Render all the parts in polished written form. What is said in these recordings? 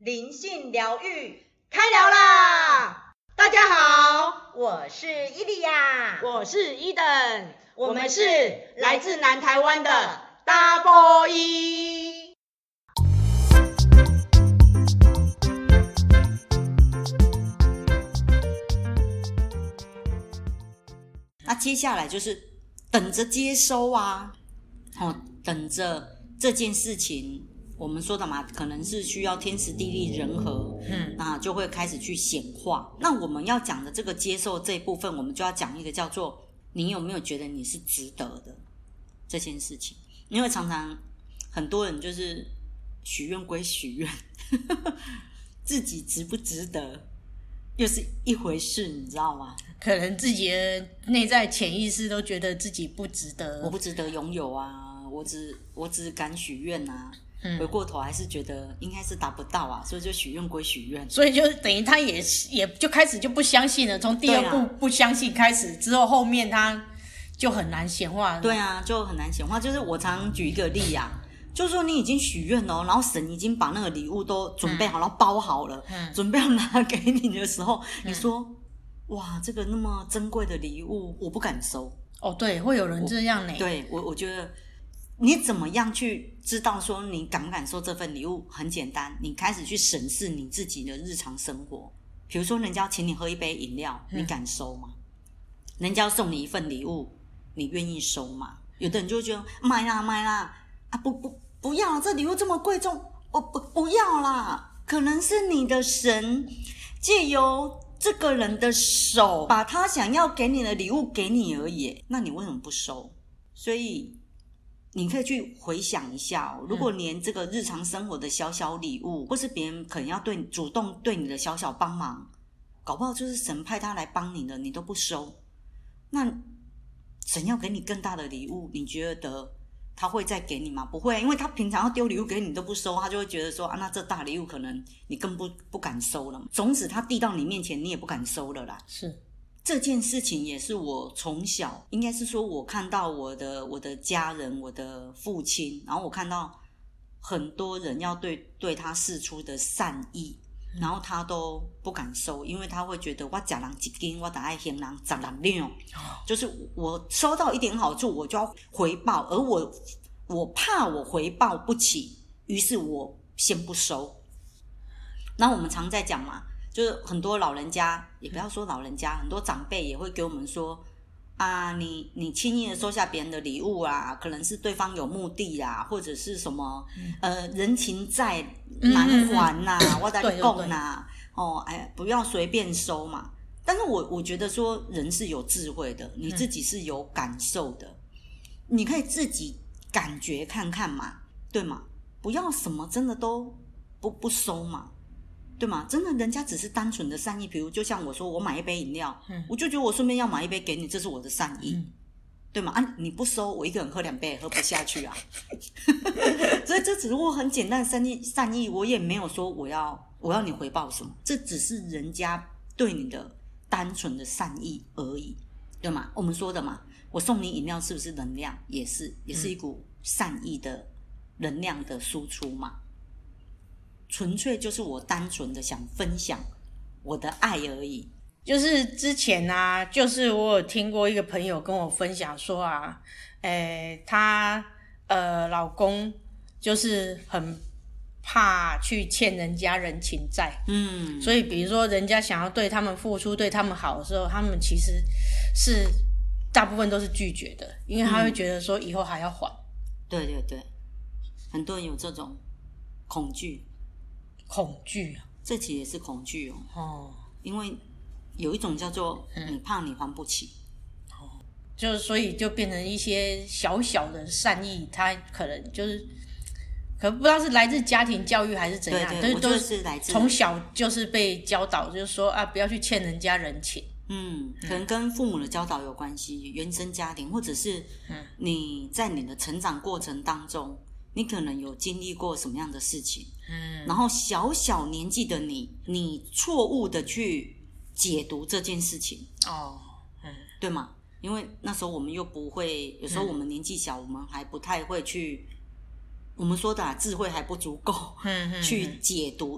灵性疗愈开聊啦！大家好，我是伊利亚， 我是伊登， 我们是来自南台湾的 Double E。 那接下来就是等着接收啊，等着这件事情。我们说的嘛，可能是需要天时地利人和，那就会开始去显化。那我们要讲的这个接受这一部分，我们就要讲一个叫做你有没有觉得你是值得的这件事情。因为常常很多人就是许愿归许愿，自己值不值得又是一回事，你知道吗？ 可能自己的内在潜意识都觉得自己不值得， 我不值得拥有啊，我只敢许愿啊。回过头还是觉得应该是达不到啊，所以就许愿归许愿， 所以就等于他也就开始就不相信了。从第二步不相信开始之后，后面他就很难显化了。 对啊，就很难显化。就是我常举一个例啊，就是说你已经许愿了，然后神已经把那个礼物都准备好，然后包好了，准备要拿给你的时候，你说哇，这个那么珍贵的礼物，我不敢收。 哦，对，会有人这样呢。 对，我觉得。你怎么样去知道说你敢不敢收这份礼物？很简单，你开始去审视你自己的日常生活。比如说人家请你喝一杯饮料，你敢收吗？人家要送你一份礼物，你愿意收吗？有的人就会觉得买啦啊，不要啦，这礼物这么贵重，我不要啦。可能是你的神借由这个人的手把他想要给你的礼物给你而已，那你为什么不收？所以你可以去回想一下如果连这个日常生活的小小礼物，或是别人可能要主动对你的小小帮忙，搞不好就是神派他来帮你的，你都不收，那神要给你更大的礼物，你觉得他会再给你吗？不会，因为他平常要丢礼物给你都不收，他就会觉得说那这大礼物可能你更不敢收了，种子他递到你面前你也不敢收了啦。是，这件事情也是我从小，应该是说我看到我的家人，我的父亲，然后我看到很多人要对他释出的善意，然后他都不敢收，因为他会觉得我吃人一斤，我就要还人10人两，就是我收到一点好处我就要回报，而我怕我回报不起，于是我先不收。然后我们常在讲嘛，就是很多老人家，也不要说老人家，很多长辈也会给我们说你轻易的收下别人的礼物啊，可能是对方有目的啊，或者是什么人情债难还呐，我在讲呐，不要随便收嘛。但是我觉得说人是有智慧的，你自己是有感受的，你可以自己感觉看看嘛，对吗？不要什么真的都不收嘛。对吗？真的，人家只是单纯的善意，比如就像我说，我买一杯饮料，我就觉得我顺便要买一杯给你，这是我的善意，对吗？你不收，我一个人喝2杯也喝不下去啊。所以这只是我很简单的善意，我也没有说我要你回报什么，这只是人家对你的单纯的善意而已，对吗？我们说的嘛，我送你饮料是不是能量？也是一股善意的能量的输出嘛。纯粹就是我单纯的想分享我的爱而已。 就是之前啊，就是我有听过一个朋友跟我分享说她老公就是很怕去欠人家人情债，所以比如说人家想要对他们付出对他们好的时候，他们其实是大部分都是拒绝的，因为他会觉得说以后还要还。对对对， 很多人有这种恐惧啊，这其实也是恐惧因为有一种叫做你怕你还不起， 就所以就变成一些小小的善意，他可能就是可能不知道是来自家庭教育还是怎样， 对，我觉得是来自从小就是被教导，就是说不要去欠人家人情。 可能跟父母的教导有关系，原生家庭，或者是你在你的成长过程当中，你可能有经历过什么样的事情，然后小年纪的你错误的去解读这件事情，对吗？因为那时候我们又不会，有时候我们年纪小，我们还不太会去，我们说的智慧还不足够，去解读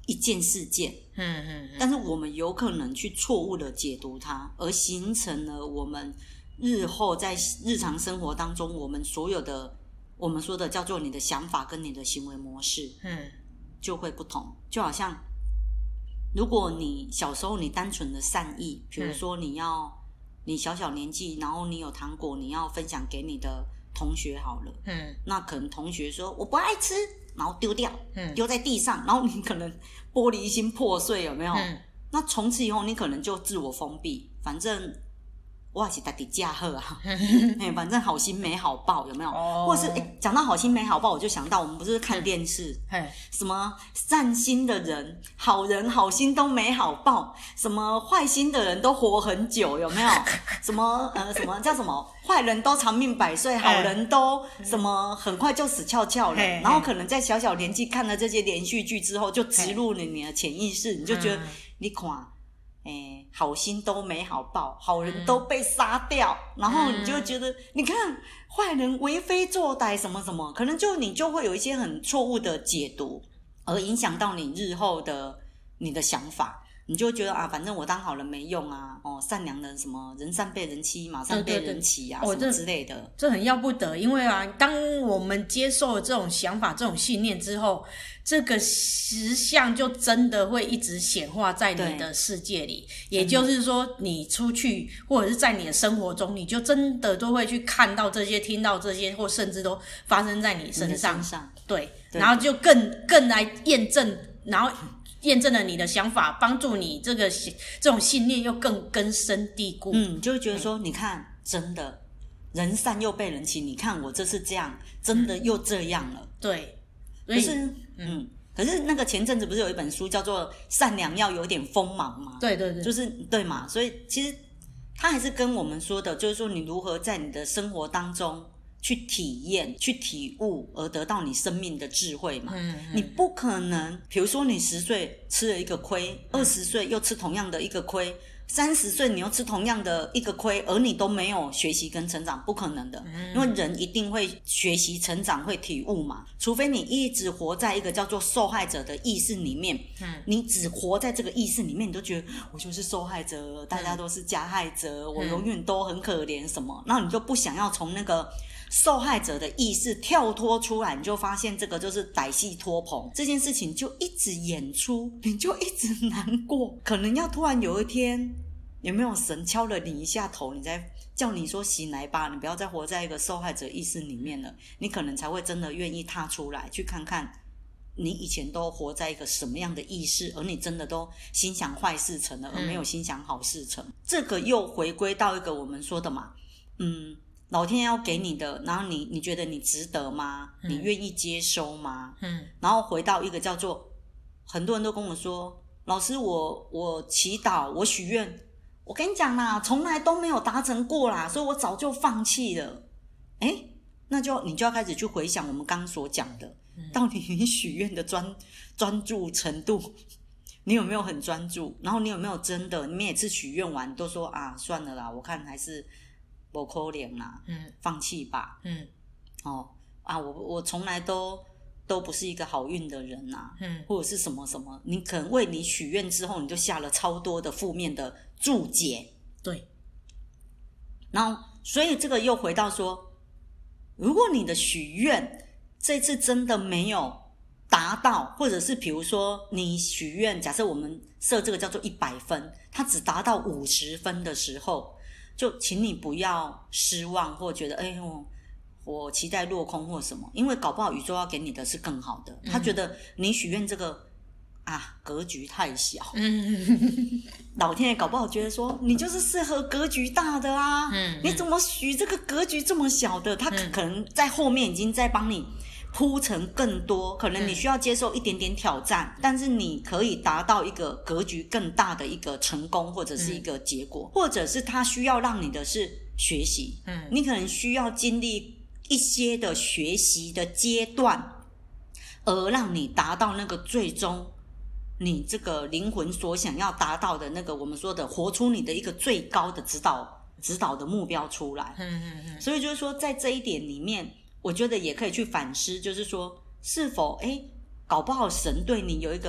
一件事件，但是我们有可能去错误的解读它，而形成了我们日后在日常生活当中，我们所有的我们说的叫做你的想法跟你的行为模式，就会不同。就好像如果你小时候你单纯的善意，比如说你小小年纪，然后你有糖果，你要分享给你的同学好了，那可能同学说我不爱吃，然后丢掉，丢在地上，然后你可能玻璃心破碎，有没有？那从此以后你可能就自我封闭，反正我也是自己驾鹤啊，反正好心没好报，有没有？或者是讲到好心没好报，我就想到我们不是看电视，什么善心的人好心都没好报，什么坏心的人都活很久，有没有？什么叫什么坏人都长命百岁，好人都什么很快就死翘翘了，然后可能在小小年纪看了这些连续剧之后，就植入了你的潜意识，你就觉得你看。好心都没好报，好人都被杀掉，然后你就觉得你看坏人为非作歹什么什么，可能你就会有一些很错误的解读，而影响到你日后的你的想法，你就觉得啊，反正我当好人没用啊，善良的什么人善被人欺，马善被人骑啊，什么之类的， 这很要不得。因为啊，当我们接受了这种想法、这种信念之后，这个实相就真的会一直显化在你的世界里。也就是说，你出去或者是在你的生活中，你就真的都会去看到这些、听到这些，或甚至都发生在你身上。对，然后就更来验证，然后验证了你的想法，帮助你这种信念又更根深蒂固。 就会觉得说，你看，真的人善又被人欺，你看我这次这样，真的又这样了。 对。 可是那个前阵子不是有一本书叫做《善良要有点锋芒》吗？ 对， 就是对嘛。所以其实他还是跟我们说的，就是说你如何在你的生活当中去体验、去体悟，而得到你生命的智慧嘛。你不可能，比如说你10岁吃了一个亏，20岁又吃同样的一个亏，30岁你又吃同样的一个亏，而你都没有学习跟成长，不可能的。因为人一定会学习成长，会体悟嘛，除非你一直活在一个叫做受害者的意识里面。你只活在这个意识里面，你都觉得我就是受害者，大家都是加害者，我永远都很可怜什么，然后你就不想要从那个受害者的意识跳脱出来，你就发现这个就是歹戏拖棚，这件事情就一直演出，你就一直难过，可能要突然有一天，有没有神敲了你一下头，你再叫你说醒来吧，你不要再活在一个受害者意识里面了，你可能才会真的愿意踏出来，去看看你以前都活在一个什么样的意识，而你真的都心想坏事成了，而没有心想好事成。这个又回归到一个我们说的嘛，老天要给你的，然后你觉得你值得吗？你愿意接收吗？然后回到一个叫做，很多人都跟我说，老师我祈祷，我许愿，我跟你讲啦，从来都没有达成过啦，所以我早就放弃了。那你就要开始去回想我们刚刚所讲的，到底你许愿的专注程度，你有没有很专注？然后你有没有真的，你每次许愿完都说啊，算了啦，我看还是不可能啦，放弃吧。我从来都不是一个好运的人啊，或者是什么什么，你可能为你许愿之后，你就下了超多的负面的注解。 对， 然后所以这个又回到说，如果你的许愿这次真的没有达到，或者是比如说你许愿，假设我们设这个叫做100分，它只达到50分的时候，就请你不要失望，或觉得我期待落空或什么，因为搞不好宇宙要给你的是更好的。他觉得你许愿这个格局太小，老天爷搞不好觉得说你就是适合格局大的啊，你怎么许这个格局这么小的？他可能在后面已经在帮你铺陈更多，可能你需要接受一点点挑战，但是你可以达到一个格局更大的一个成功，或者是一个结果，或者是他需要让你的是学习，你可能需要经历一些的学习的阶段，而让你达到那个最终你这个灵魂所想要达到的那个我们说的活出你的一个最高的指导的目标出来。所以就是说在这一点里面，我觉得也可以去反思，就是说是否搞不好神对你有一个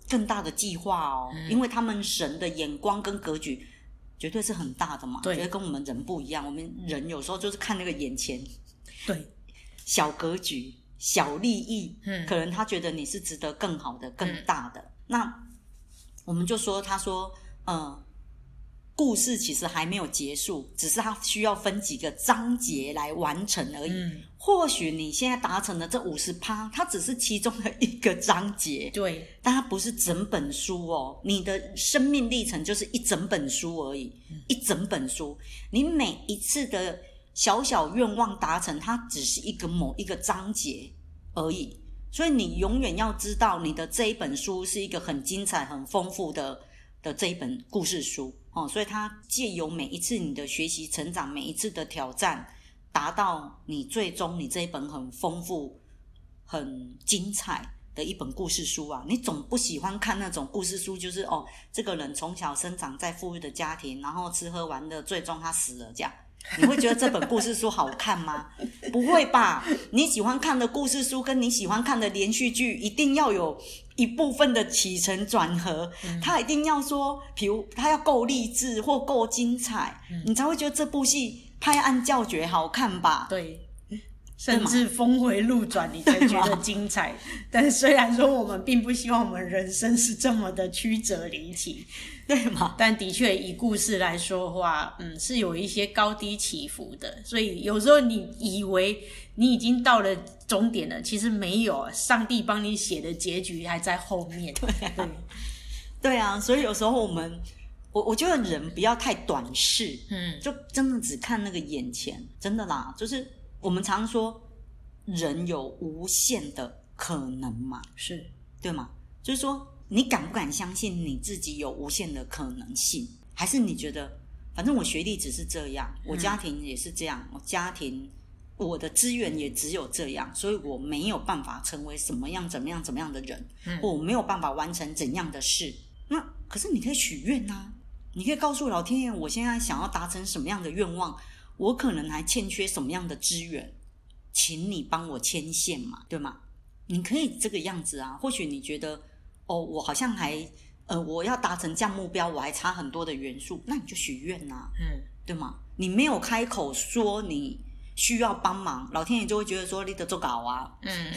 更大的计划哦，因为他们神的眼光跟格局绝对是很大的嘛， 对， 觉得跟我们人不一样。我们人有时候就是看那个眼前， 对， 小格局、小利益，可能他觉得你是值得更好的、更大的。那我们就说，他说，故事其实还没有结束，只是它需要分几个章节来完成而已。或许你现在达成的这50%，它只是其中的一个章节， 对， 但它不是整本书哦。你的生命历程就是一整本书而已，一整本书。你每一次的小小愿望达成，它只是一个某一个章节而已。所以你永远要知道，你的这一本书是一个很精彩、很丰富的这一本故事书。所以它借由每一次你的学习成长，每一次的挑战，达到你最终你这一本很丰富很精彩的一本故事书啊。你总不喜欢看那种故事书，就是这个人从小生长在富裕的家庭，然后吃喝玩乐，最终他死了这样，你会觉得这本故事书好看吗？不会吧。你喜欢看的故事书跟你喜欢看的连续剧一定要有一部分的起承转合，他一定要说，比如他要够励志或够精彩，你才会觉得这部戏拍案叫绝好看吧。 对，甚至峰回路转你才觉得精彩。但虽然说我们并不希望我们人生是这么的曲折离奇， 对吗？ 但的确以故事来说的话，是有一些高低起伏的。所以有时候你以为你已经到了终点了，其实没有，上帝帮你写的结局还在后面。 对啊，所以有时候我觉得人不要太短视，就真的只看那个眼前，真的啦，就是我们常说人有无限的可能嘛， 是对吗？就是说你敢不敢相信你自己有无限的可能性，还是你觉得反正我学历只是这样，我家庭也是这样，我的资源也只有这样，所以我没有办法成为怎么样的人，或我没有办法完成怎样的事。那可是你可以许愿啊，你可以告诉老天爷，我现在想要达成什么样的愿望，我可能还欠缺什么样的资源，请你帮我牵线嘛，对吗？你可以这个样子啊。或许你觉得我好像还我要达成这样目标，我还差很多的元素，那你就许愿啊，对吗？你没有开口说你需要帮忙，老天爷就会觉得说你得做稿啊，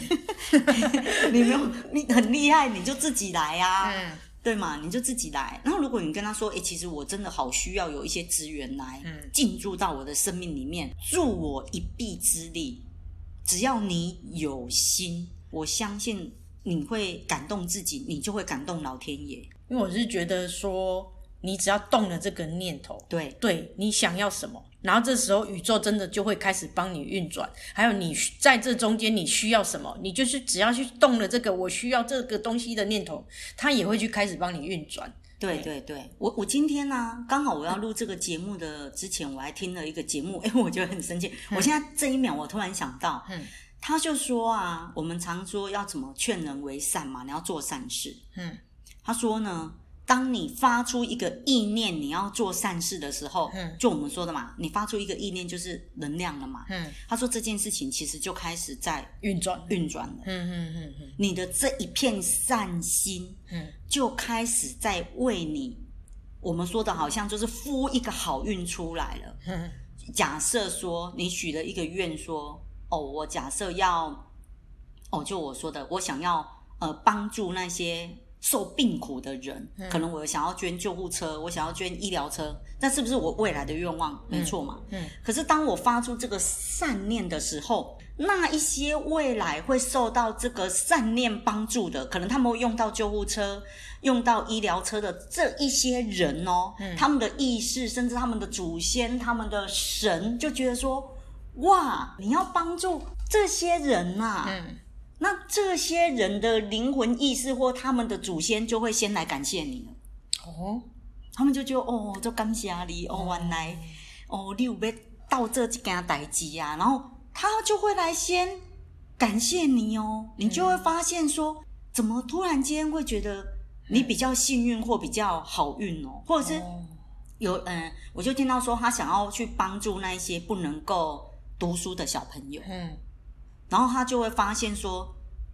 你很厉害，你就自己来啊，对吗？你就自己来。然后如果你跟他说其实我真的好需要有一些资源来进驻到我的生命里面，助我一臂之力，只要你有心，我相信你会感动自己，你就会感动老天爷。 因为我是觉得说你只要动了这个念头，对你想要什么，然后这时候宇宙真的就会开始帮你运转。还有你在这中间你需要什么，你就是只要去动了这个我需要这个东西的念头，它也会去开始帮你运转。 对，我今天啊，刚好我要录这个节目的之前，我还听了一个节目，我觉得很生气。我现在这一秒我突然想到，他就说啊，我们常说要怎么劝人为善嘛，你要做善事。他说呢，当你发出一个意念你要做善事的时候，就我们说的嘛，你发出一个意念就是能量了嘛。他说这件事情其实就开始在运转了。你的这一片善心，就开始在为你，我们说的好像就是孵一个好运出来了。假设说你许了一个愿说，我假设要，就我说的，我想要帮助那些受病苦的人，可能我想要捐救护车，我想要捐医疗车，那是不是我未来的愿望？没错嘛。可是当我发出这个善念的时候，那一些未来会受到这个善念帮助的，可能他们会用到救护车，用到医疗车的这一些人他们的意识，甚至他们的祖先，他们的神，就觉得说，哇，你要帮助这些人啊。那这些人的灵魂意识或他们的祖先就会先来感谢你了。他们就觉得就感谢你原来你有要到这件代志啊，然后他就会来先感谢你你就会发现说，怎么突然间会觉得你比较幸运或比较好运或者是有我就听到说他想要去帮助那一些不能够读书的小朋友。然后他就会发现说，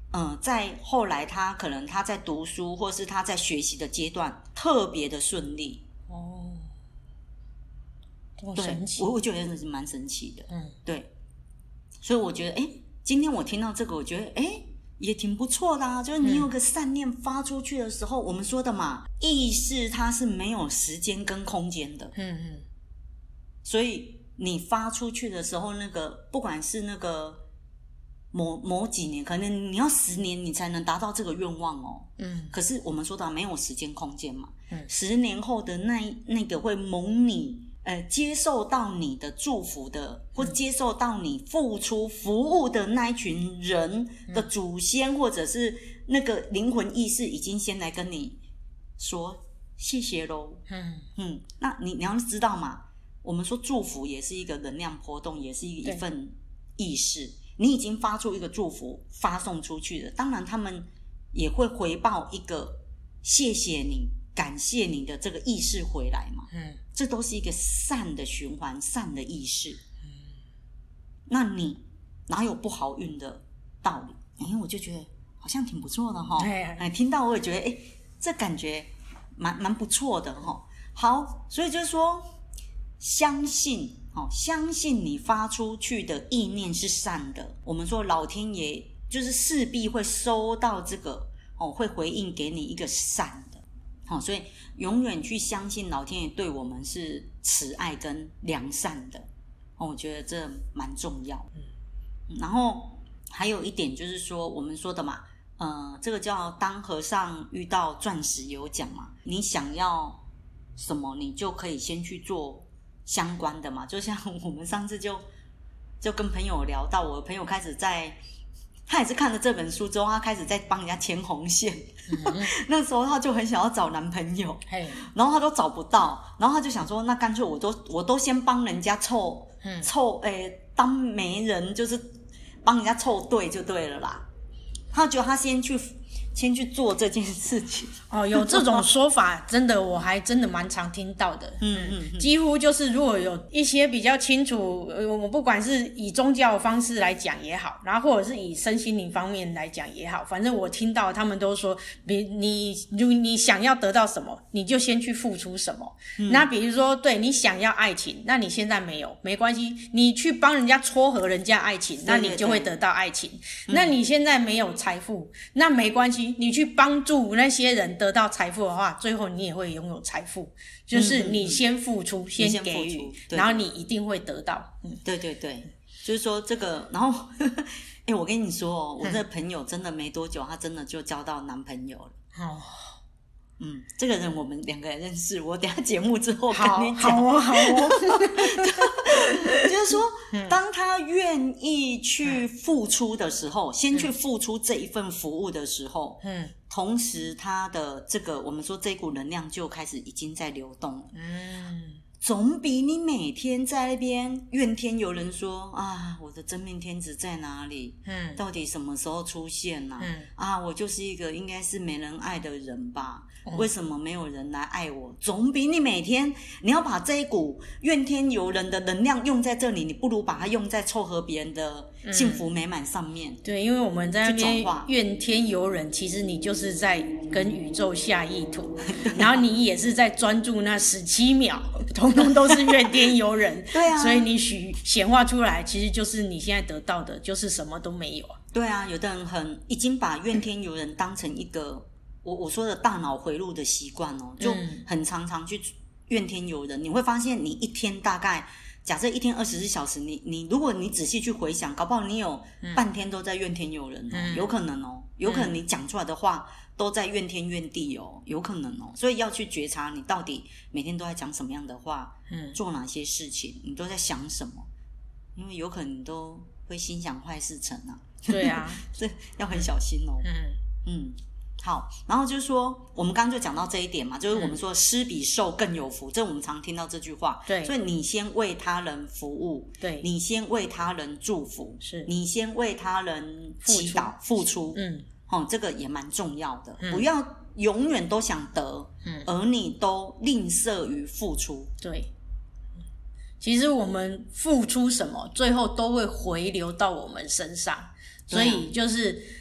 在后来他可能他在读书或是他在学习的阶段特别的顺利。 哦，多对， 神奇！ 我觉得真的是蛮神奇的。 嗯， 对，所以我觉得，今天我听到这个，我觉得，也挺不错的啊。就是你有个善念发出去的时候，我们说的嘛，意识它是没有时间跟空间的。所以你发出去的时候，那个不管是那个某几年，可能你要10年你才能达到这个愿望哦。可是我们说的没有时间空间嘛。10年后的那个会蒙你。接受到你的祝福的，或接受到你付出服务的那一群人的祖先，或者是那个灵魂意识，已经先来跟你说谢谢咯。那你要知道嘛，我们说祝福也是一个能量波动，也是一份意识。你已经发出一个祝福，发送出去了，当然他们也会回报一个谢谢你。感谢你的这个意识回来嘛，这都是一个善的循环，善的意识。那你哪有不好运的道理？我就觉得好像挺不错的哈。听到我也觉得，这感觉蛮不错的哈。好，所以就是说，相信你发出去的意念是善的。我们说老天爷就是势必会收到这个会回应给你一个善。所以永远去相信老天爷对我们是慈爱跟良善的。我觉得这蛮重要。然后还有一点就是说，我们说的嘛，这个叫当和尚遇到钻石有奖嘛，你想要什么你就可以先去做相关的嘛。就像我们上次就跟朋友聊到，我的朋友开始他也是看了这本书之后，他开始在帮人家牵红线。那时候他就很想要找男朋友，然后他都找不到，然后他就想说，那干脆我都先帮人家凑，当媒人，就是帮人家凑对就对了啦。他觉得他先去做这件事情。 有这种说法，真的我还真的蛮常听到的。几乎就是如果有一些比较清楚，我不管是以宗教的方式来讲也好，然后或者是以身心灵方面来讲也好，反正我听到他们都说，你想要得到什么，你就先去付出什么。那比如说，对你想要爱情，那你现在没有，没关系，你去帮人家撮合人家爱情，那你就会得到爱情。那你现在没有财富，那没关系。你去帮助那些人得到财富的话，最后你也会拥有财富。就是你先付出，先给予，然后你一定会得到。 对，就是说这个，然后我跟你说我这个朋友真的没多久，他真的就交到男朋友了。这个人我们2个人认识，我等一下节目之后跟你讲。好哦。就是说，当他愿意去付出的时候，先去付出这一份服务的时候，同时他的这个我们说这股能量就开始已经在流动了。总比你每天在那边怨天尤人说我的真命天子在哪里？到底什么时候出现啊？我就是一个应该是没人爱的人吧？为什么没有人来爱我？总比你每天你要把这一股怨天尤人的能量用在这里，你不如把它用在凑合别人的幸福美满上面。 对，因为我们在那边怨天尤人，其实你就是在跟宇宙下意图，然后你也是在专注那17秒，通通都是怨天尤人。对啊，所以你显化出来，其实就是你现在得到的，就是什么都没有。 对啊，有的人已经把怨天尤人当成一个我说的大脑回路的习惯就很常去怨天尤人。你会发现，你一天大概假设一天24小时，你如果你仔细去回想，搞不好你有半天都在怨天尤人有可能有可能你讲出来的话都在怨天怨地有可能所以要去觉察你到底每天都在讲什么样的话，做哪些事情，你都在想什么，因为有可能你都会心想坏事成啊。 对啊， 这要很小心好，然后就是说我们刚刚就讲到这一点嘛，就是我们说施比受更有福，这我们常听到这句话。对，所以你先为他人服务，对，你先为他人祝福，是你先为他人祈祷付出，这个也蛮重要的。不要永远都想得，而你都吝啬于付出。 对，其实我们付出什么，最后都会回流到我们身上，所以就是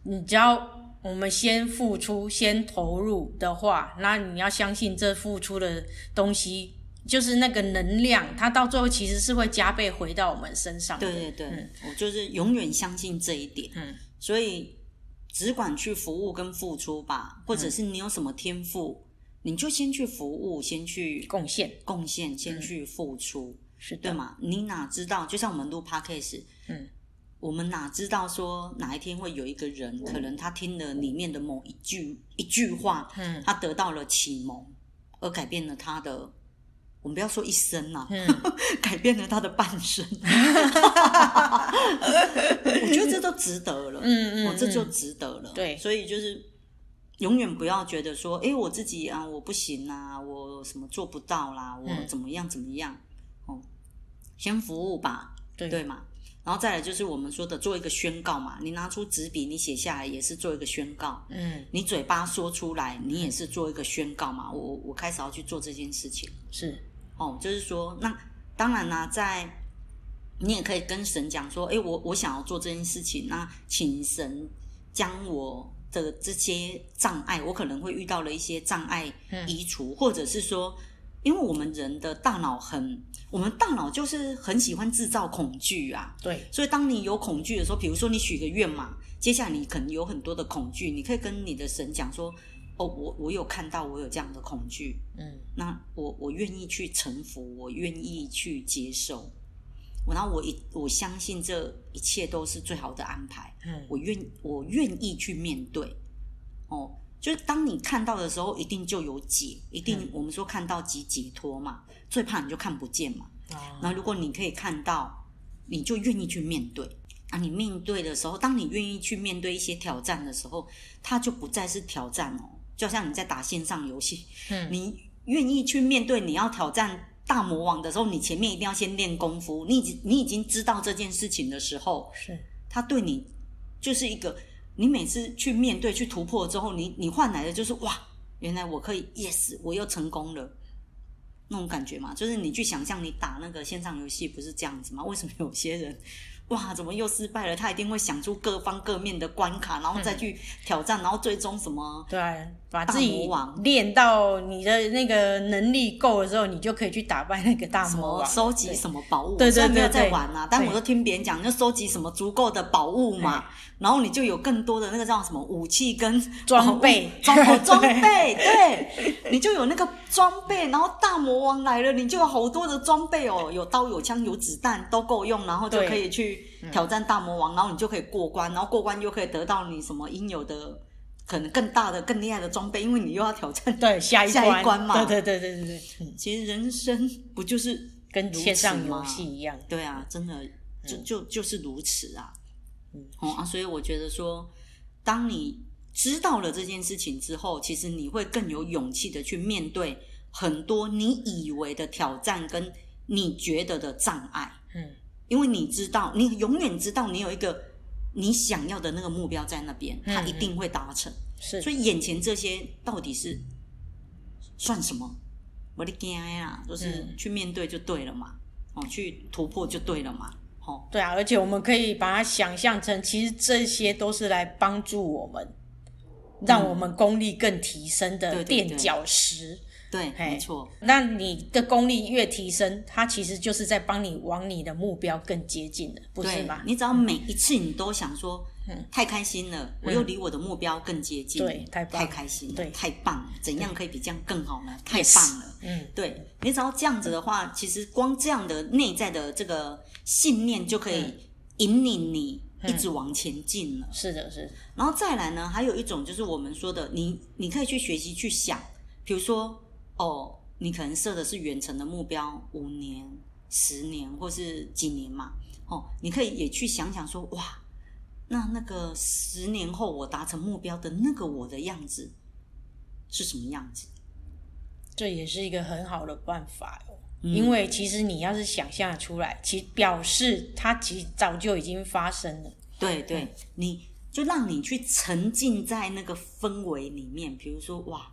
你只要我们先付出先投入的话，那你要相信这付出的东西就是那个能量，它到最后其实是会加倍回到我们身上的。 对对对，我就是永远相信这一点。所以只管去服务跟付出吧，或者是你有什么天赋，你就先去服务，先去贡献，先去付出， 是的， 对吗？你哪知道？就像我们录 podcast，我们哪知道说哪一天会有一个人，可能他听了里面的某一句话，他得到了启蒙，而改变了他的。我们不要说一生啦，改变了他的半生。我觉得这都值得了，这就值得了。 对， 所以就是永远不要觉得说，我自己啊，我不行啊，我什么做不到啦，我怎么样，先服务吧，对嘛？然后再来就是我们说的做一个宣告嘛，你拿出纸笔，你写下来也是做一个宣告。你嘴巴说出来，你也是做一个宣告嘛。我开始要去做这件事情， 是就是说，那当然啦，你也可以跟神讲说，我想要做这件事情，那请神将我的这些障碍，我可能会遇到了一些障碍移除，或者是说，因为我们人的大脑我们大脑就是很喜欢制造恐惧啊。 对， 所以当你有恐惧的时候，比如说你许个愿嘛，接下来你可能有很多的恐惧，你可以跟你的神讲说，我有看到我有这样的恐惧，那我愿意去臣服，我愿意去接受，然后我相信这一切都是最好的安排，我愿意去面对，就是当你看到的时候，一定就有解，一定我们说看到即解脱嘛，最怕你就看不见嘛。然后如果你可以看到，你就愿意去面对。你面对的时候，当你愿意去面对一些挑战的时候，它就不再是挑战就像你在打线上游戏，你愿意去面对你要挑战大魔王的时候，你前面一定要先练功夫。你已经知道这件事情的时候， 是它对你就是一个，你每次去面对去突破之后，你换来的就是哇，原来我可以 yes， 我又成功了。那种感觉嘛，就是你去想象你打那个线上游戏不是这样子吗？为什么有些人哇怎么又失败了？他一定会想出各方各面的关卡，然后再去挑战，然后最终什么对，把自己练到你的那个能力够的时候，你就可以去打败那个大魔王， 什么收集什么宝物。 对， 虽然没有在玩啊，但我都听别人讲，就收集什么足够的宝物嘛，然后你就有更多的那个叫什么武器跟装备， 装备，对，你就有那个装备，然后大魔王来了，你就有好多的装备有刀有枪有子弹都够用，然后就可以去挑战大魔王，然后你就可以过关，然后过关又可以得到你什么应有的可能更大的更厉害的装备，因为你又要挑战对下一关嘛。 对， 其实人生不就是跟线上游戏一样？ 对啊，真的就是如此啊。所以我觉得说，当你知道了这件事情之后，其实你会更有勇气的去面对很多你以为的挑战跟你觉得的障碍。因为你知道，你永远知道你有一个你想要的那个目标在那边，它一定会达成。 是， 所以眼前这些到底是算什么？我的天啊，就是去面对就对了嘛，去突破就对了嘛。 对啊，而且我们可以把它想象成，其实这些都是来帮助我们，让我们功力更提升的垫脚石。 对，没错。 那你的功力越提升，它其实就是在帮你往你的目标更接近了，不是吗？ 你只要每一次你都想说，太开心了，我又离我的目标更接近， 对，太开心了，太棒了，怎样可以比这样更好呢？太棒了，对，你只要这样子的话，其实光这样的内在的这个信念就可以引领你一直往前进了。 是的，是的。 然后再来呢，还有一种就是我们说的，你可以去学习去想，比如说你可能设的是远程的目标，5年、10年或是几年嘛，你可以也去想想说，哇，那个10年后我达成目标的那个我的样子是什么样子？ 这也是一个很好的办法因为其实你要是想象得出来，其实表示它其实早就已经发生了。 对，你就让你去沉浸在那个氛围里面，比如说哇，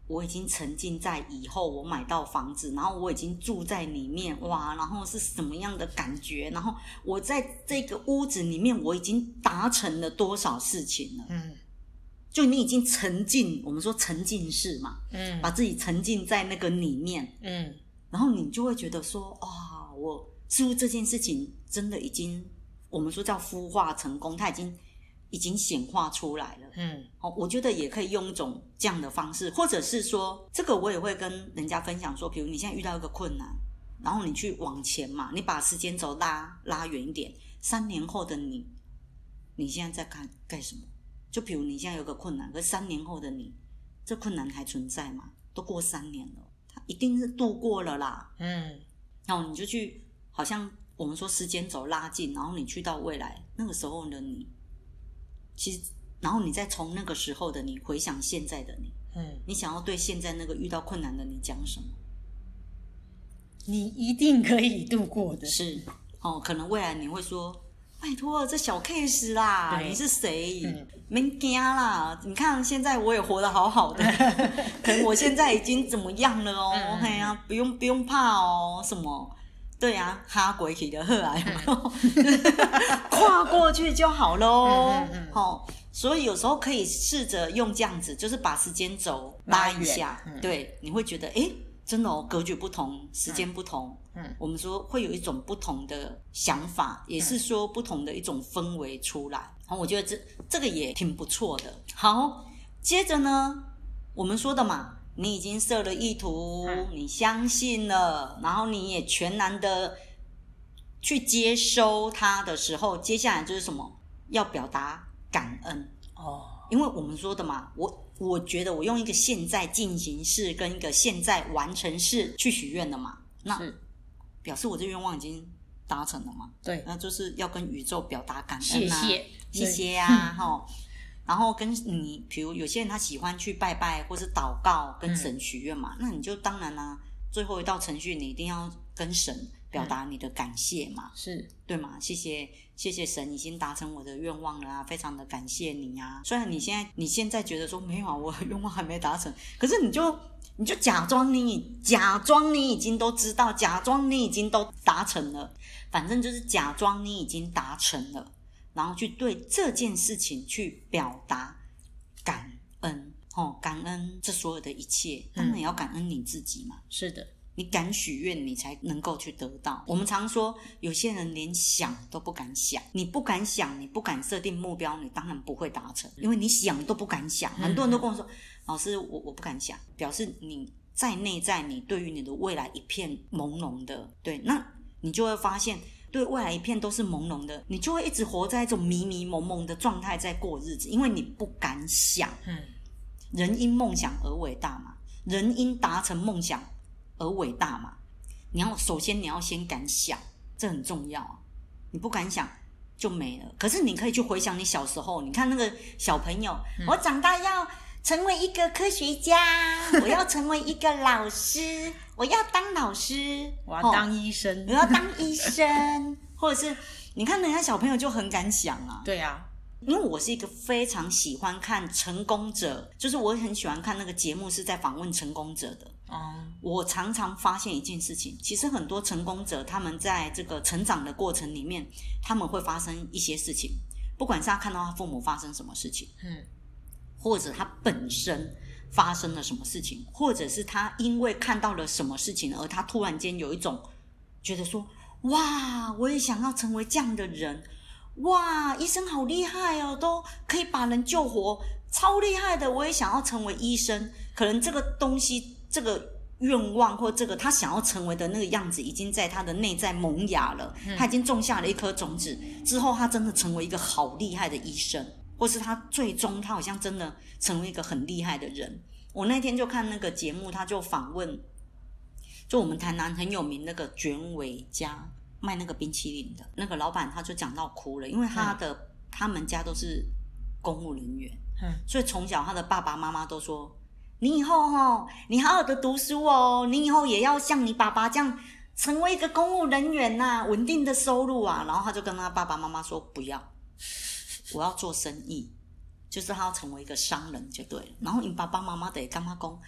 我已经沉浸在以后我买到房子，然后我已经住在里面，哇，然后是什么样的感觉，然后我在这个屋子里面我已经达成了多少事情了。就你已经沉浸，我们说沉浸式嘛，把自己沉浸在那个里面，然后你就会觉得说，哇，我似乎这件事情真的已经，我们说叫孵化成功，它已经显化出来了。我觉得也可以用一种这样的方式，或者是说，这个我也会跟人家分享说，比如你现在遇到一个困难，然后你去往前嘛，你把时间轴拉远一点，3年后的你现在在干什么？就比如你现在有个困难，可是3年后的你，这困难还存在吗？都过3年了，它一定是度过了啦。然后你就去，好像我们说时间轴拉近，然后你去到未来那个时候的你，其实，然后你再从那个时候的你回想现在的你，你想要对现在那个遇到困难的你讲什么？ 你一定可以度过的。 是可能未来你会说，拜托，这小 case 啦，你是谁？别惊啦！你看现在我也活得好好的，可能我现在已经怎么样了哦？嘿啊，不用怕哦，什么？对啊，哈过去就好啊，有没有？跨过去就好咯。所以有时候可以试着用这样子，就是把时间轴拉一下，对，你会觉得真的格局不同，时间不同，我们说会有一种不同的想法，也是说不同的一种氛围出来。我觉得这个也挺不错的。好，接着呢，我们说的嘛，你已经设了意图，你相信了，然后你也全然的去接收它的时候，接下来就是什么？要表达感恩。因为我们说的嘛，我觉得我用一个现在进行式跟一个现在完成式去许愿的嘛，那表示我这愿望已经达成了嘛。 对， 那就是要跟宇宙表达感恩啊，谢谢啊，然后跟你，比如有些人他喜欢去拜拜或是祷告，跟神许愿嘛，那你就当然啦，最后一道程序你一定要跟神表达你的感谢嘛， 是对嘛？谢谢神已经达成我的愿望了啊，非常的感谢你啊。虽然你现在觉得说没有啊，我的愿望还没达成，可是你就假装你已经都知道，假装你已经都达成了，反正就是假装你已经达成了，然后去对这件事情去表达感恩，感恩这所有的一切，当然也要感恩你自己嘛。 是的。 你敢许愿，你才能够去得到。我们常说，有些人连想都不敢想，你不敢想，你不敢设定目标，你当然不会达成，因为你想都不敢想。很多人都跟我说，老师，我不敢想，表示你在内在，你对于你的未来一片朦胧的，对，那你就会发现，对未来一片都是朦胧的，你就会一直活在一种迷迷蒙蒙的状态在过日子，因为你不敢想。人因梦想而伟大嘛，人因达成梦想而伟大嘛，首先你要先敢想，这很重要啊。你不敢想就没了。可是你可以去回想你小时候，你看那个小朋友，我长大要成为一个科学家，我要成为一个老师，我要当老师， 我要当医生， 我要当医生，或者是你看人家小朋友就很敢想啊。 对啊。 因为我是一个非常喜欢看成功者，就是我很喜欢看那个节目是在访问成功者的。我常常发现一件事情，其实很多成功者他们在这个成长的过程里面，他们会发生一些事情，不管是他看到他父母发生什么事情，或者他本身发生了什么事情，或者是他因为看到了什么事情而他突然间有一种觉得说，哇，我也想要成为这样的人，哇，医生好厉害哦，都可以把人救活，超厉害的，我也想要成为医生。可能这个东西，这个愿望或这个他想要成为的那个样子已经在他的内在萌芽了，他已经种下了一颗种子，之后他真的成为一个好厉害的医生，或是他最终他好像真的成为一个很厉害的人。我那天就看那个节目，他就访问就我们台南很有名那个卷尾家卖那个冰淇淋的那个老板，他就讲到哭了，因为他们家都是公务人员，所以从小他的爸爸妈妈都说，你以后你好好的读书哦，你以后也要像你爸爸这样成为一个公务人员啊，稳定的收入啊。然后他就跟他爸爸妈妈说，不要，我要做生意，就是他要成为一个商人就对了。然后你爸爸妈妈得跟他说，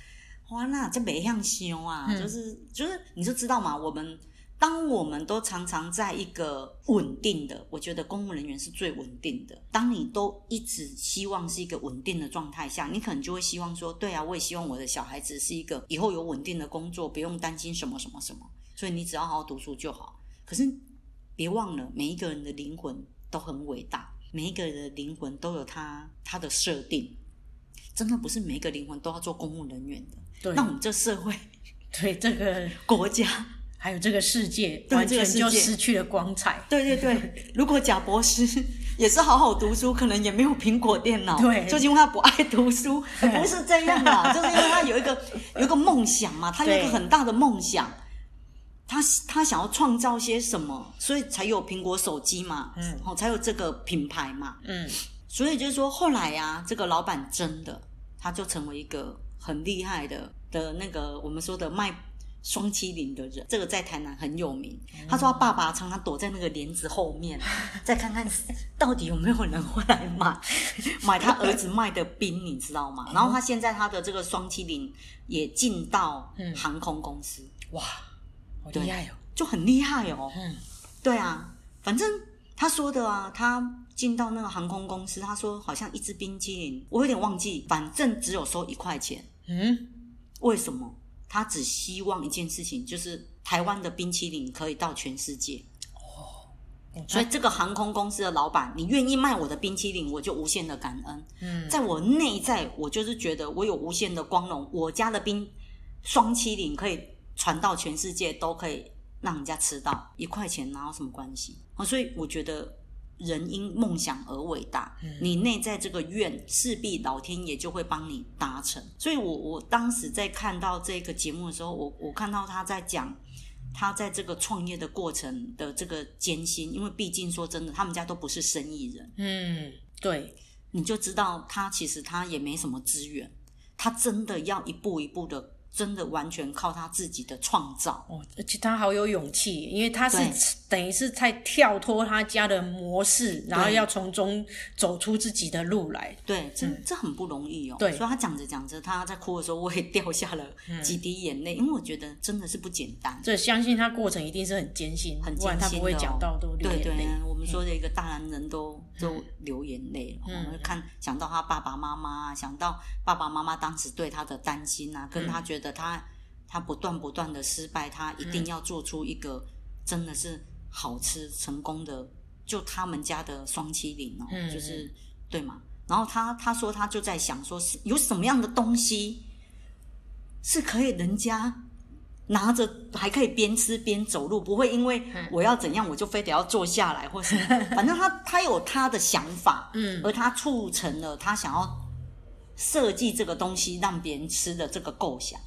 哇，那这没样想啊，就是你就知道嘛，当我们都常常在一个稳定的，我觉得公务人员是最稳定的。当你都一直希望是一个稳定的状态下，你可能就会希望说，对啊，我也希望我的小孩子是一个以后有稳定的工作，不用担心什么什么什么，所以你只要好好读书就好。可是别忘了，每一个人的灵魂都很伟大，每一个人的灵魂都有他的设定，真的不是每一个灵魂都要做公务人员的。 对， 那我们这社会， 对这个国家。 还有这个世界完全就失去了光彩。 对对对，如果贾博士也是好好读书，可能也没有苹果电脑。 对， 就是因为他不爱读书，不是这样的，就是因为他有一个梦想嘛，他有一个很大的梦想，他想要创造些什么，所以才有苹果手机嘛，才有这个品牌嘛，所以就是说后来啊，这个老板真的他就成为一个很厉害的那个我们说的卖双麒麟的人，这个在台南很有名。他说他爸爸常常躲在那个帘子后面，再看看到底有没有人会来买他儿子卖的冰，你知道吗？然后他现在他的这个双麒麟也进到航空公司， 哇，好厉害哦， 就很厉害哦。对啊，反正他说的啊，他进到那个航空公司，他说好像一支冰淇淋，我有点忘记，反正只有收1块钱。为什么？他只希望一件事情，就是台湾的冰淇淋可以到全世界。所以这个航空公司的老板，你愿意卖我的冰淇淋，我就无限的感恩。在我内在，我就是觉得我有无限的光荣，我家的双淇淋可以传到全世界，都可以让人家吃到，1块钱哪有什么关系？所以我觉得人因梦想而伟大，你内在这个愿，势必老天爷就会帮你达成。所以我当时在看到这个节目的时候，我看到他在讲他在这个创业的过程的这个艰辛，因为毕竟说真的，他们家都不是生意人。 对， 你就知道他其实他也没什么资源，他真的要一步一步的，真的完全靠他自己的创造。 而且他好有勇气，因为他是等于是在跳脱他家的模式，然后要从中走出自己的路来。 对，这很不容易哦。 对， 所以他讲着讲着，他在哭的时候，我也掉下了几滴眼泪，因为我觉得真的是不简单。 这相信他过程一定是很艰辛， 很艰辛的， 不然他不会讲到都流眼泪。 对对，我们说的一个大男人都流眼泪了。我们想到他爸爸妈妈，想到爸爸妈妈当时对他的担心啊，跟他觉得他不断的失败，他一定要做出一个真的是好吃成功的，就他们家的双麒麟哦，就是对嘛。然后他说他就在想说，有什么样的东西是可以人家拿着还可以边吃边走路，不会因为我要怎样我就非得要坐下来或什么。反正他有他的想法，而他促成了他想要设计这个东西让别人吃的这个构想。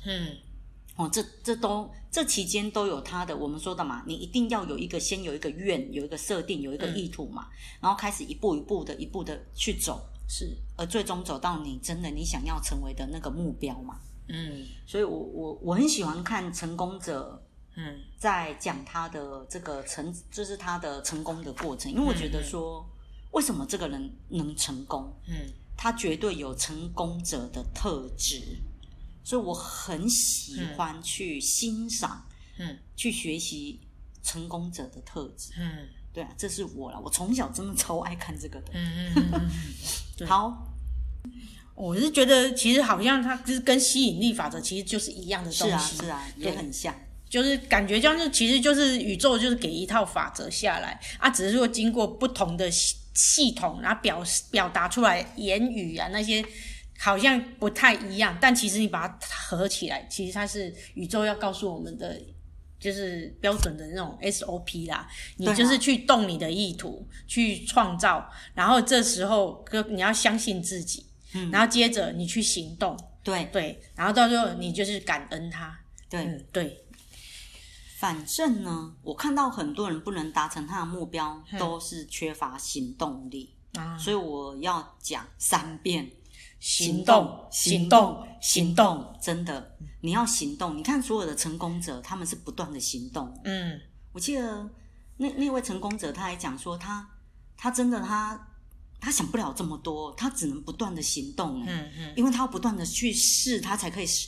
这期间都有他的，我们说的嘛，你一定要先有一个愿，有一个设定，有一个意图嘛，然后开始一步一步的去走， 是， 而最终走到你真的你想要成为的那个目标嘛。所以我很喜欢看成功者，在讲他的这个就是他的成功的过程，因为我觉得说，为什么这个人能成功？他绝对有成功者的特质。所以我很喜欢去欣赏，去学习成功者的特质。对啊，这是我啦，我从小真的超爱看这个的。好， 我是觉得其实好像它就是跟吸引力法则其实就是一样的东西。 是啊，也很像。 就是感觉其实就是宇宙就是给一套法则下来啊，只是说经过不同的系统，然后表达出来言语啊那些。好像不太一样，但其实你把它合起来，其实它是宇宙要告诉我们的，就是标准的那种 SOP 啦。你就是去动你的意图，去创造，然后这时候你要相信自己，然后接着你去行动，对，然后到最后你就是感恩它，对。 反正呢，我看到很多人不能达成他的目标，都是缺乏行动力，所以我要讲3遍。行动，真的，你要行动。你看所有的成功者，他们是不断的行动。我记得那位成功者，他还讲说，他真的他想不了这么多，他只能不断的行动。因为他要不断的去试，他才可以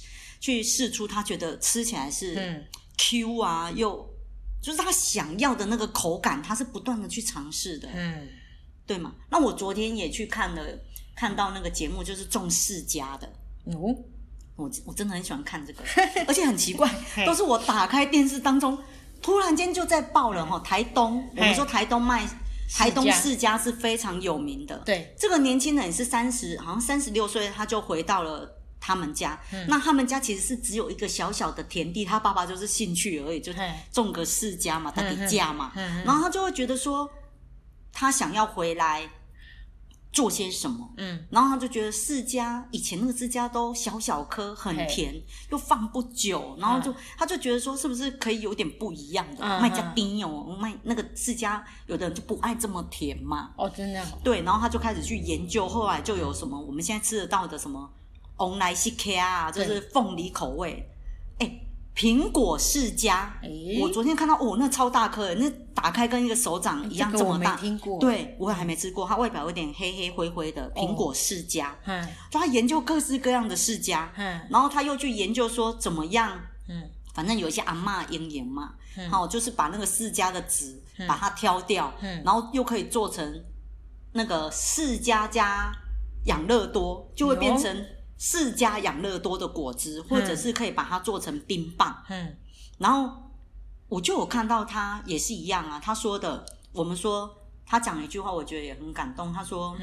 去试出他觉得吃起来是 Q 啊，又就是他想要的那个口感，他是不断的去尝试的，对吗？那我昨天也去看到那个节目，就是种世家的，我真的很喜欢看这个，而且很奇怪，都是我打开电视当中，突然间就在报了台东，我们说台东世家是非常有名的， 对， 这个年轻人也是好像36岁，他就回到了他们家，那他们家其实是只有一个小小的田地，他爸爸就是兴趣而已，就种个世家嘛，他的家嘛，然后他就会觉得说，他想要回来做些什么，然后他就觉得世家以前那个世家都小小颗很甜，又放不久，然后他就觉得说是不是可以有点不一样的，卖加冰哦，卖那个世家有的人就不爱这么甜嘛， 真的， 对，然后他就开始去研究，后来就有什么我们现在吃得到的什么红来西克啊，就是凤梨口味，苹果世家，我昨天看到那超大颗，那打开跟一个手掌一样这么大， 这个我没听过， 对，我还没吃过，它外表有点黑黑灰灰的苹果世家，就他研究各式各样的世家，然后他又去研究说怎么样，反正有一些阿嬷英言嘛，就是把那个世家的籽把它挑掉，然后又可以做成那个世家加养乐多，就会变成世家养乐多的果汁，或者是可以把它做成冰棒，然后我就有看到他也是一样啊，他说的，我们说他讲了一句话，我觉得也很感动，他说，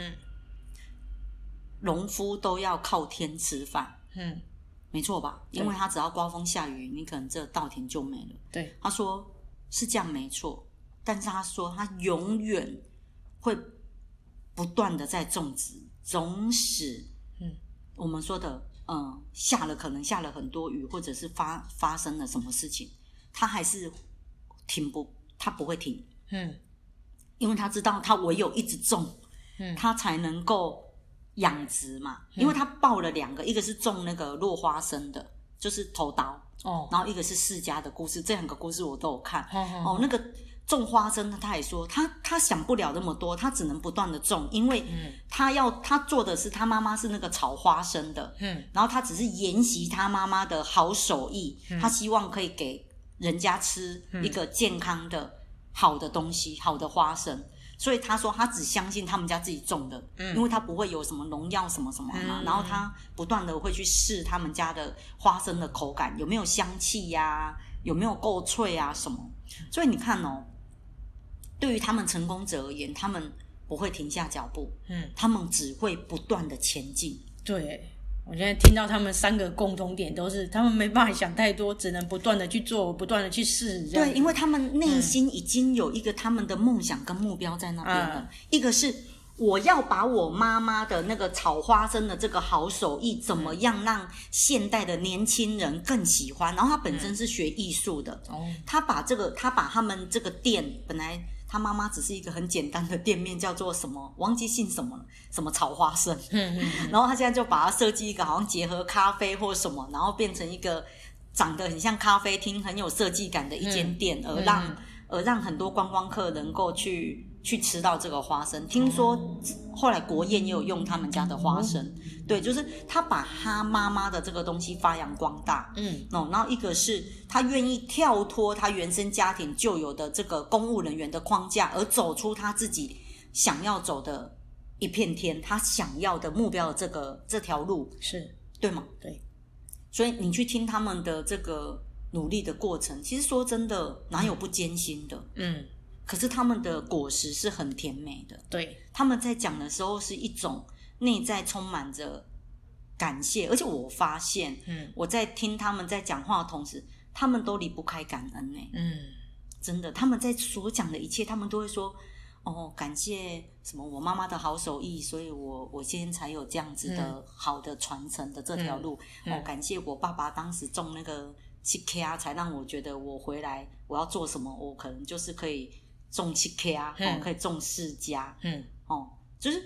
农夫都要靠天吃饭，没错吧？因为他只要刮风下雨，你可能这稻田就没了。 对， 他说是这样没错，但是他说他永远会不断的在种植，总使我们说的可能下了很多雨，或者是发生了什么事情，他还是他不会停，因为他知道他唯有一直种，他才能够养殖嘛，因为他报了2个，一个是种那个落花生的，就是头刀，然后一个是世家的故事，这2个故事我都有看，那个种花生的他也说他想不了那么多，他只能不断的种，因为他做的是他妈妈是那个炒花生的，然后他只是沿袭他妈妈的好手艺，他希望可以给人家吃一个健康的好的东西，好的花生，所以他说他只相信他们家自己种的，因为他不会有什么农药什么什么嘛，然后他不断的会去试他们家的花生的口感有没有香气呀，有没有够脆啊什么，所以你看对于他们成功者而言，他们不会停下脚步，他们只会不断的前进。 对，我现在听到他们3个共同点都是，他们没办法想太多，只能不断的去做，不断的去试。 对，因为他们内心已经有一个他们的梦想跟目标在那边了，一个是我要把我妈妈的那个炒花生的这个好手艺，怎么样让现代的年轻人更喜欢？然后他本身是学艺术的，他把他们这个店本来。他妈妈只是一个很简单的店面，叫做什么忘记姓什么了，什么炒花生，然后他现在就把它设计一个好像结合咖啡或什么，然后变成一个长得很像咖啡厅、很有设计感的一间店，而让很多观光客能够去吃到这个花生。听说后来国宴也有用他们家的花生，对，就是他把他妈妈的这个东西发扬光大，然后一个是他愿意跳脱他原生家庭就有的这个公务人员的框架，而走出他自己想要走的一片天，他想要的目标的这条路， 是对吗？ 对， 所以你去听他们的这个努力的过程，其实说真的哪有不艰辛的，可是他们的果实是很甜美的， 对， 他们在讲的时候是一种内在充满着感谢，而且我发现，我在听他们在讲话的同时，他们都离不开感恩真的，他们在所讲的一切，他们都会说，感谢什么我妈妈的好手艺，所以我今天才有这样子的好的传承的这条路，感谢我爸爸当时种那个7K才让我觉得我回来我要做什么，我可能就是可以种7K可以种世家，就是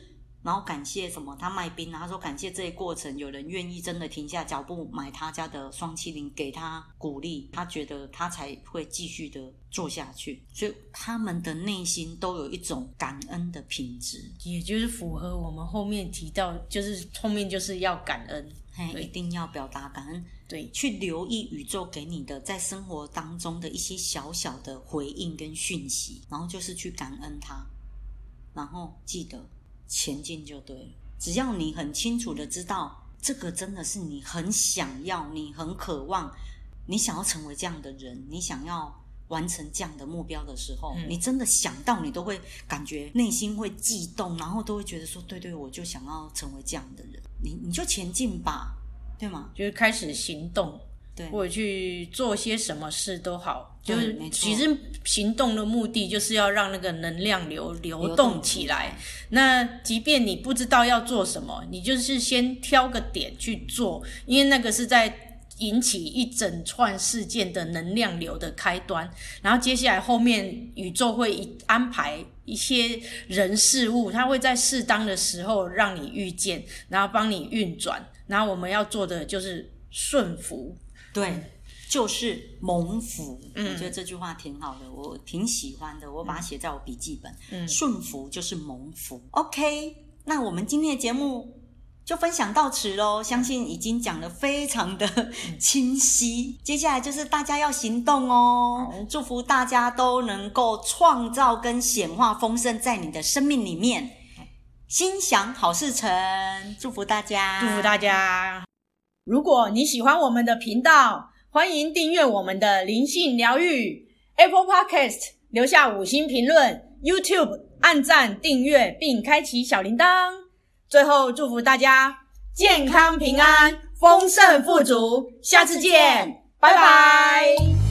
然后感谢什么？他卖冰啊，他说感谢这一过程，有人愿意真的停下脚步买他家的双麒麟，给他鼓励，他觉得他才会继续的做下去。所以他们的内心都有一种感恩的品质， 也就是符合我们后面提到，就是后面就是要感恩， 一定要表达感恩。 对， 去留意宇宙给你的在生活当中的一些小小的回应跟讯息，然后就是去感恩它，然后记得前进就对了。只要你很清楚的知道这个真的是你很想要，你很渴望，你想要成为这样的人，你想要完成这样的目标的时候，你真的想到你都会感觉内心会悸动，然后都会觉得说对对，我就想要成为这样的人，你就前进吧，对吗？ 就是开始行动， 对， 或者去做些什么事都好，就是其实行动的目的就是要让那个能量流动起来。那即便你不知道要做什么，你就是先挑个点去做，因为那个是在引起一整串事件的能量流的开端，然后接下来后面宇宙会安排一些人事物，它会在适当的时候让你遇见，然后帮你运转，然后我们要做的就是顺服。 对，就是蒙福。我觉得这句话挺好的，我挺喜欢的，我把它写在我笔记本。顺服就是蒙福。OK， 那我们今天的节目就分享到此咯，相信已经讲得非常的清晰。接下来就是大家要行动哦，祝福大家都能够创造跟显化丰盛在你的生命里面，心想好事成。祝福大家， 祝福大家。如果你喜欢我们的频道，欢迎订阅我们的灵性疗愈 Apple Podcast， 留下5星评论， YouTube 按赞订阅并开启小铃铛。最后祝福大家健康平安，丰盛富足，下次见，拜拜。